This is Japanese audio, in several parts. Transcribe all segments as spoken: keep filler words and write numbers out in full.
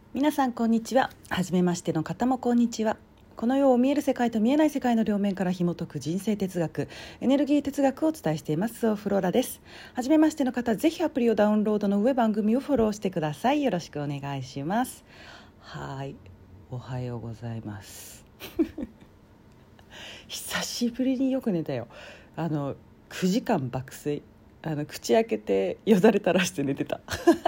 皆さんこんにちは。はじめましての方もこんにちは。この世を見える世界と見えない世界の両面から紐解く人生哲学、エネルギー哲学をお伝えしていますオフローラです。はじめましての方、ぜひアプリをダウンロードの上番組をフォローしてください。よろしくお願いします。はい、おはようございます久しぶりによく寝たよ。あのくじかん爆睡、あの口開けてよだれ垂らして寝てた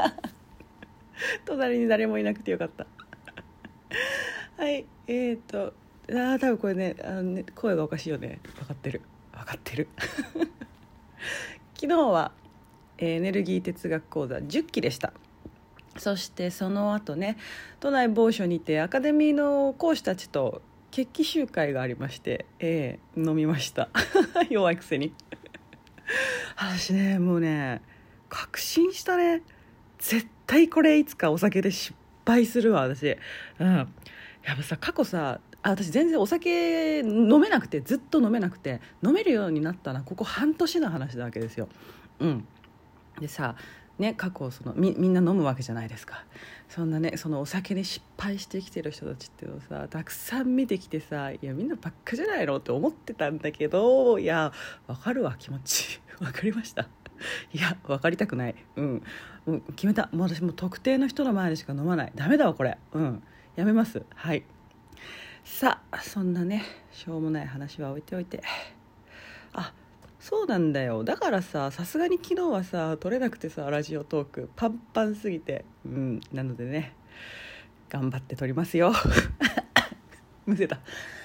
隣に誰もいなくてよかったはいえーとあー多分これね、あのね声がおかしいよね。分かってる分かってる昨日はエネルギー哲学講座じゅっきでした。そしてその後ね、都内某所にてアカデミーの講師たちと決起集会がありまして、えー、飲みました弱いくせに私ね、もうね確信したね。絶対これいつかお酒で失敗するわ私。うん、やっぱさ、過去さ、あ私全然お酒飲めなくて、ずっと飲めなくて、飲めるようになったのはここ半年の話なわけですよ。うんでさね、過去その み, みんな飲むわけじゃないですか。そんなね、そのお酒に失敗してきてる人たちっていうのをさ、たくさん見てきてさ、いやみんなばっかじゃないのって思ってたんだけど、いやわかるわ気持ちわかりました。いや分かりたくない。うん、もう決めた。もう私もう特定の人の前でしか飲まない。ダメだわこれ。うんやめます。はい。さあそんなねしょうもない話は置いておいて、あそうなんだよ。だからさ、さすがに昨日はさ撮れなくてさ、ラジオトークパンパンすぎて、うんなのでね頑張って撮りますよむせた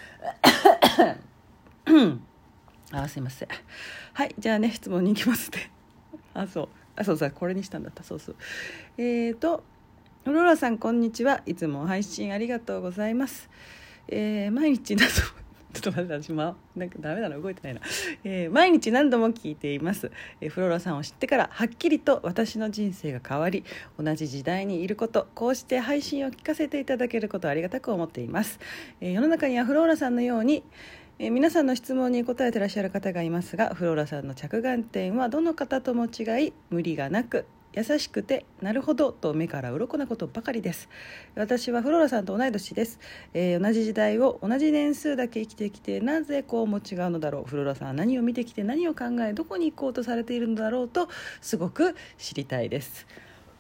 あすいません。はいじゃあね質問に行きますねあそうあそうさこれにしたんだった。そうそうえーとフローラさんこんにちは。いつも配信ありがとうございます。えー、毎日などちょっと待って私もなんかダメだな動いてないな、えー、毎日何度も聞いています。えー、フローラさんを知ってからはっきりと私の人生が変わり、同じ時代にいること、こうして配信を聞かせていただけることをありがたく思っています。えー、世の中にはフローラさんのようにえー、皆さんの質問に答えていらっしゃる方がいますが、フローラさんの着眼点はどの方とも違い、無理がなく優しくて、なるほどと目から鱗なことばかりです。私はフローラさんと同い年です。えー、同じ時代を同じ年数だけ生きてきて、なぜこうも違うのだろう。フローラさんは何を見てきて、何を考え、どこに行こうとされているのだろうとすごく知りたいです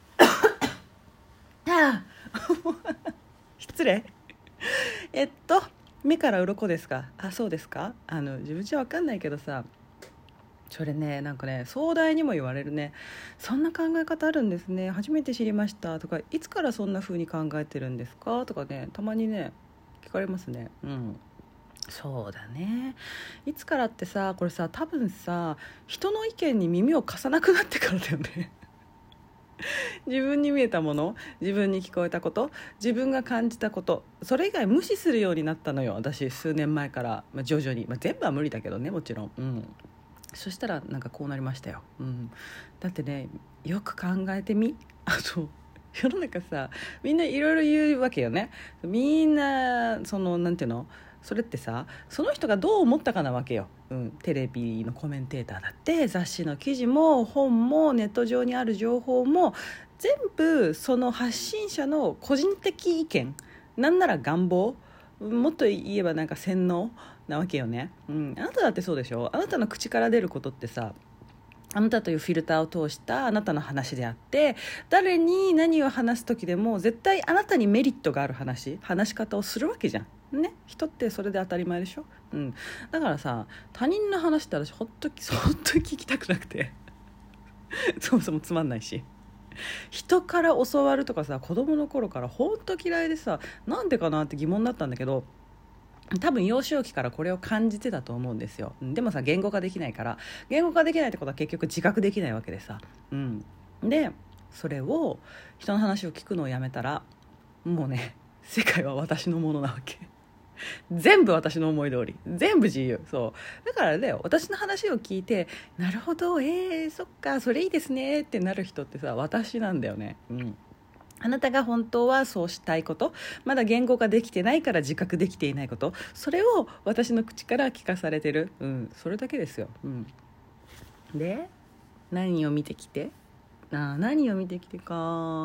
失礼えっと目から鱗ですか。あそうですか。あの自分じゃ分かんないけどさ、それねなんかね壮大にも言われるね。そんな考え方あるんですね、初めて知りましたとか、いつからそんな風に考えてるんですかとかね、たまにね聞かれますね。うんそうだね。いつからってさ、これさ多分さ人の意見に耳を貸さなくなってからだよね自分に見えたもの、自分に聞こえたこと、自分が感じたこと、それ以外無視するようになったのよ私、数年前から、まあ、徐々に、まあ、全部は無理だけどねもちろん。うんそしたらなんかこうなりましたよ。うん、だってねよく考えてみ、あの世の中さみんないろいろ言うわけよね。みんなそのなんていうの、それってさその人がどう思ったかなわけよ。うん、テレビのコメンテーターだって、雑誌の記事も本もネット上にある情報も全部その発信者の個人的意見、なんなら願望、もっと言えばなんか洗脳なわけよね。うん、あなただってそうでしょ。あなたの口から出ることってさ、あなたというフィルターを通したあなたの話であって、誰に何を話す時でも絶対あなたにメリットがある話話し方をするわけじゃんね。人ってそれで当たり前でしょ。うん、だからさ他人の話って私ほんとほんと聞きたくなくてそもそもつまんないし、人から教わるとかさ子供の頃からほんと嫌いでさ、なんでかなって疑問だったんだけど、多分幼少期からこれを感じてたと思うんですよ。でもさ言語化できないから、言語化できないってことは結局自覚できないわけでさ、うん、でそれを人の話を聞くのをやめたら、もうね世界は私のものなわけ全部私の思い通り、全部自由。そうだからだよ、私の話を聞いてなるほど、えー、そっかそれいいですねってなる人ってさ私なんだよね。うんあなたが本当はそうしたいこと、まだ言語化できてないから自覚できていないこと、それを私の口から聞かされてる、うん、それだけですよ。うん、で何を見てきてあ何を見てきてか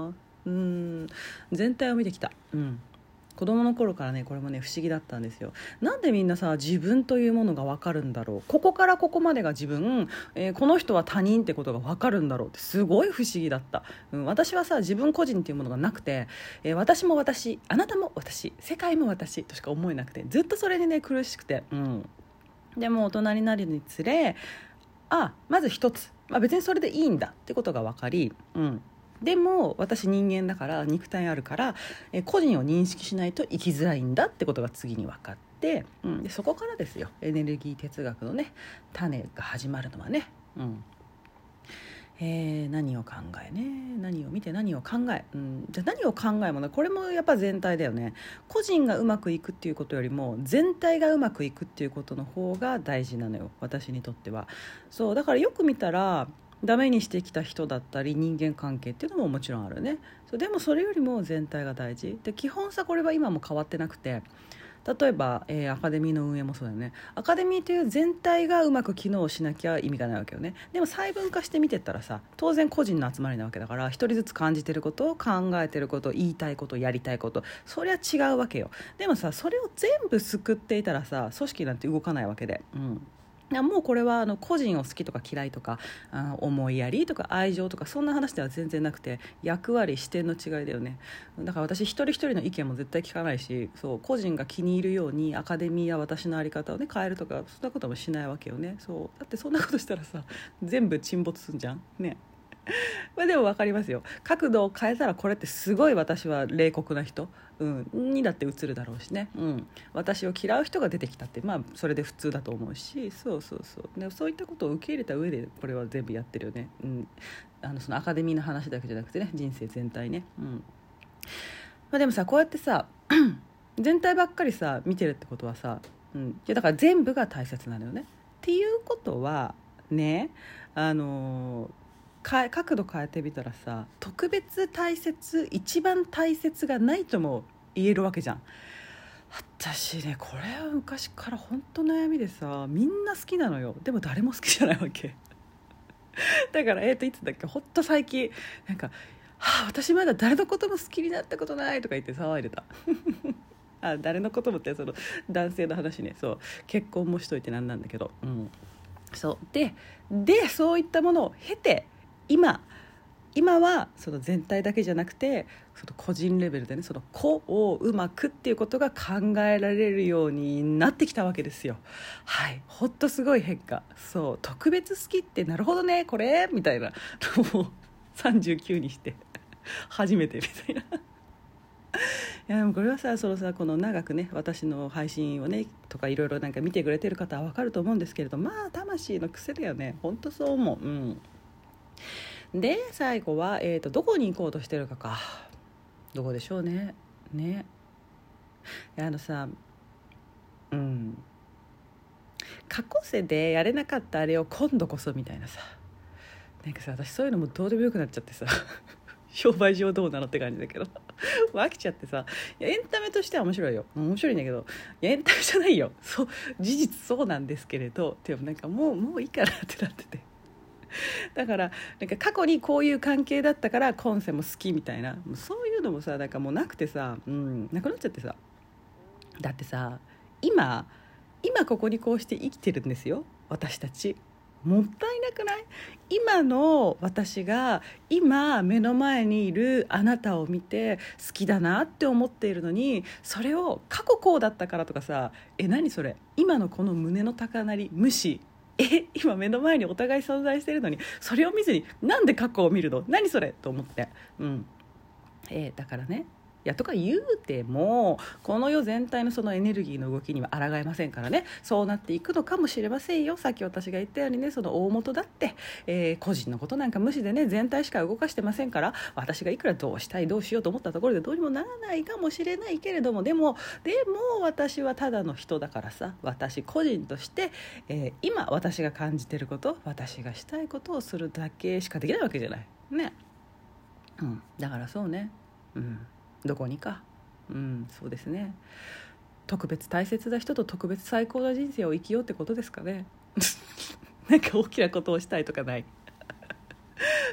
うーん全体を見てきた。うん子供の頃からねこれもね不思議だったんですよ。なんでみんなさ自分というものが分かるんだろう、ここからここまでが自分、えーこの人は他人ってことが分かるんだろうってすごい不思議だった、うん、私はさ自分個人っていうものがなくて、えー私も私あなたも私世界も私としか思えなくてずっとそれにね苦しくて、うん、でも大人になるにつれあまず一つ、まあ、別にそれでいいんだってことが分かり、うんでも私人間だから肉体あるからえ個人を認識しないと生きづらいんだってことが次に分かって、うん、でそこからですよエネルギー哲学のね種が始まるのはね、うんえー、何を考えね何を見て何を考え、うん、じゃあ何を考えもねこれもやっぱ全体だよね。個人がうまくいくっていうことよりも全体がうまくいくっていうことの方が大事なのよ私にとっては。そうだからよく見たらダメにしてきた人だったり人間関係っていうのももちろんあるね。そうでもそれよりも全体が大事で基本さこれは今も変わってなくて例えば、えーアカデミーの運営もそうだよね。アカデミーという全体がうまく機能しなきゃ意味がないわけよね。でも細分化して見てったらさ当然個人の集まりなわけだから一人ずつ感じてること考えてること言いたいことやりたいことそりゃ違うわけよ。でもさそれを全部救っていたらさ組織なんて動かないわけで、うんいやもうこれはあの個人を好きとか嫌いとかあ思いやりとか愛情とかそんな話では全然なくて役割視点の違いだよね。だから私一人一人の意見も絶対聞かないしそう個人が気に入るようにアカデミーや私の在り方をね変えるとかそんなこともしないわけよね。そうだってそんなことしたらさ全部沈没すんじゃんね。まあでも分かりますよ。角度を変えたらこれってすごい私は冷酷な人、うん、にだって映るだろうしね、うん、私を嫌う人が出てきたってまあそれで普通だと思うしそうそうそうでそういったことを受け入れた上でこれは全部やってるよね、うん、あのそのアカデミーの話だけじゃなくてね人生全体ね、うんまあ、でもさこうやってさ全体ばっかりさ見てるってことはさ、うん、いやだから全部が大切なのよね。っていうことはねあのーか角度変えてみたらさ特別大切一番大切がないとも言えるわけじゃん。私ねこれは昔から本当悩みでさみんな好きなのよ。でも誰も好きじゃないわけだからえーといつだっけほんと最近なんか、はあ、私まだ誰のことも好きになったことないとか言って騒いでたあ誰のこともってその男性の話ね。そう結婚もしといてなんなんだけど、うん、そうででそういったものを経て今今はその全体だけじゃなくてその個人レベルでねその個をうまくっていうことが考えられるようになってきたわけですよ。はいほんとすごい変化。そう特別好きってなるほどねこれみたいなもうさんじゅうきゅうにして初めてみたいないやでもこれはさそのさこの長くね私の配信をねとかいろいろなんか見てくれてる方は分かると思うんですけれどまあ魂の癖だよね。ほんとそう思う。うんで最後は、えーと、どこに行こうとしてるかか。どこでしょうね。ねいやあのさうん過去世でやれなかったあれを今度こそみたいなさなんかさ私そういうのもどうでもよくなっちゃってさ商売上どうなのって感じだけど飽きちゃってさいやエンタメとしては面白いよ面白いんだけどいやエンタメじゃないよそう事実そうなんですけれどでもなんかもうもういいかなってなっててだからなんか過去にこういう関係だったから今世も好きみたいなもうそういうのもさなんかもうなくてさ、うん、なくなっちゃってさだってさ今今ここにこうして生きてるんですよ私たち。もったいなくない？今の私が今目の前にいるあなたを見て好きだなって思っているのにそれを過去こうだったからとかさえ何それ今のこの胸の高鳴り無視え今目の前にお互い存在してるのにそれを見ずになんで過去を見るの何それと思って、うんえー、だからねいやとか言うてもこの世全体のそのエネルギーの動きには抗えませんからね。そうなっていくのかもしれませんよ。さっき私が言ったようにねその大元だって、えー、個人のことなんか無視でね全体しか動かしてませんから私がいくらどうしたいどうしようと思ったところでどうにもならないかもしれないけれどもでもでも私はただの人だからさ私個人として、えー、今私が感じてること私がしたいことをするだけしかできないわけじゃないね、うん、だからそうねうんどこにかうんそうですね特別大切な人と特別最高な人生を生きようってことですかねなんか大きなことをしたいとかない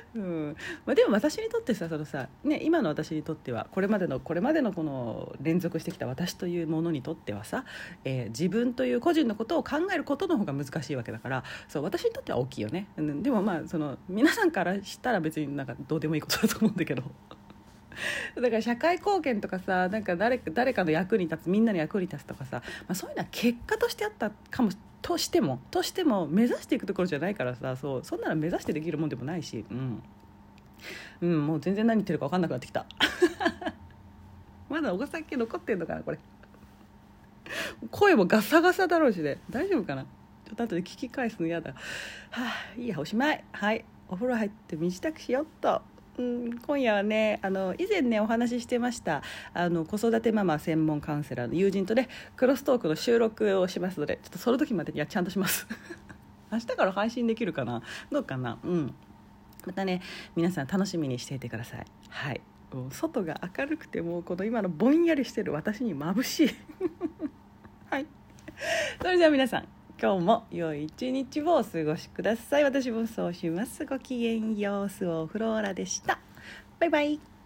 うんまあ、でも私にとってさ、そのさ、ね、今の私にとってはこれまでのこれまでのこの連続してきた私というものにとってはさ、えー自分という個人のことを考えることの方が難しいわけだから、そう私にとっては大きいよね、うん、でもまあその皆さんからしたら別になんかどうでもいいことだと思うんだけどだから社会貢献とかさ、なんか 誰, 誰かの役に立つ、みんなの役に立つとかさ、まあ、そういうのは結果としてあったかもとしてもとしても目指していくところじゃないからさ、そうそんなの目指してできるもんでもないし、うんうん、もう全然何言ってるか分かんなくなってきたまだお酒残ってんのかなこれ。声もガサガサだろうしね、大丈夫かな。ちょっと後で聞き返すの嫌だ。はあ、いいや、おしまい。はい、お風呂入って身支度しよっと。うん、今夜はね、あの以前ねお話ししてましたあの子育てママ専門カウンセラーの友人とねクロストークの収録をしますので、ちょっとその時までにはちゃんとします明日から配信できるかな、どうかな。うんまたね皆さん楽しみにしていてください。はい、もう外が明るくてもうこの今のぼんやりしてる私に眩しいはい、それでは皆さん今日も良い一日をお過ごしください。私もそうします。ごきげんよう。スオフローラでした。バイバイ。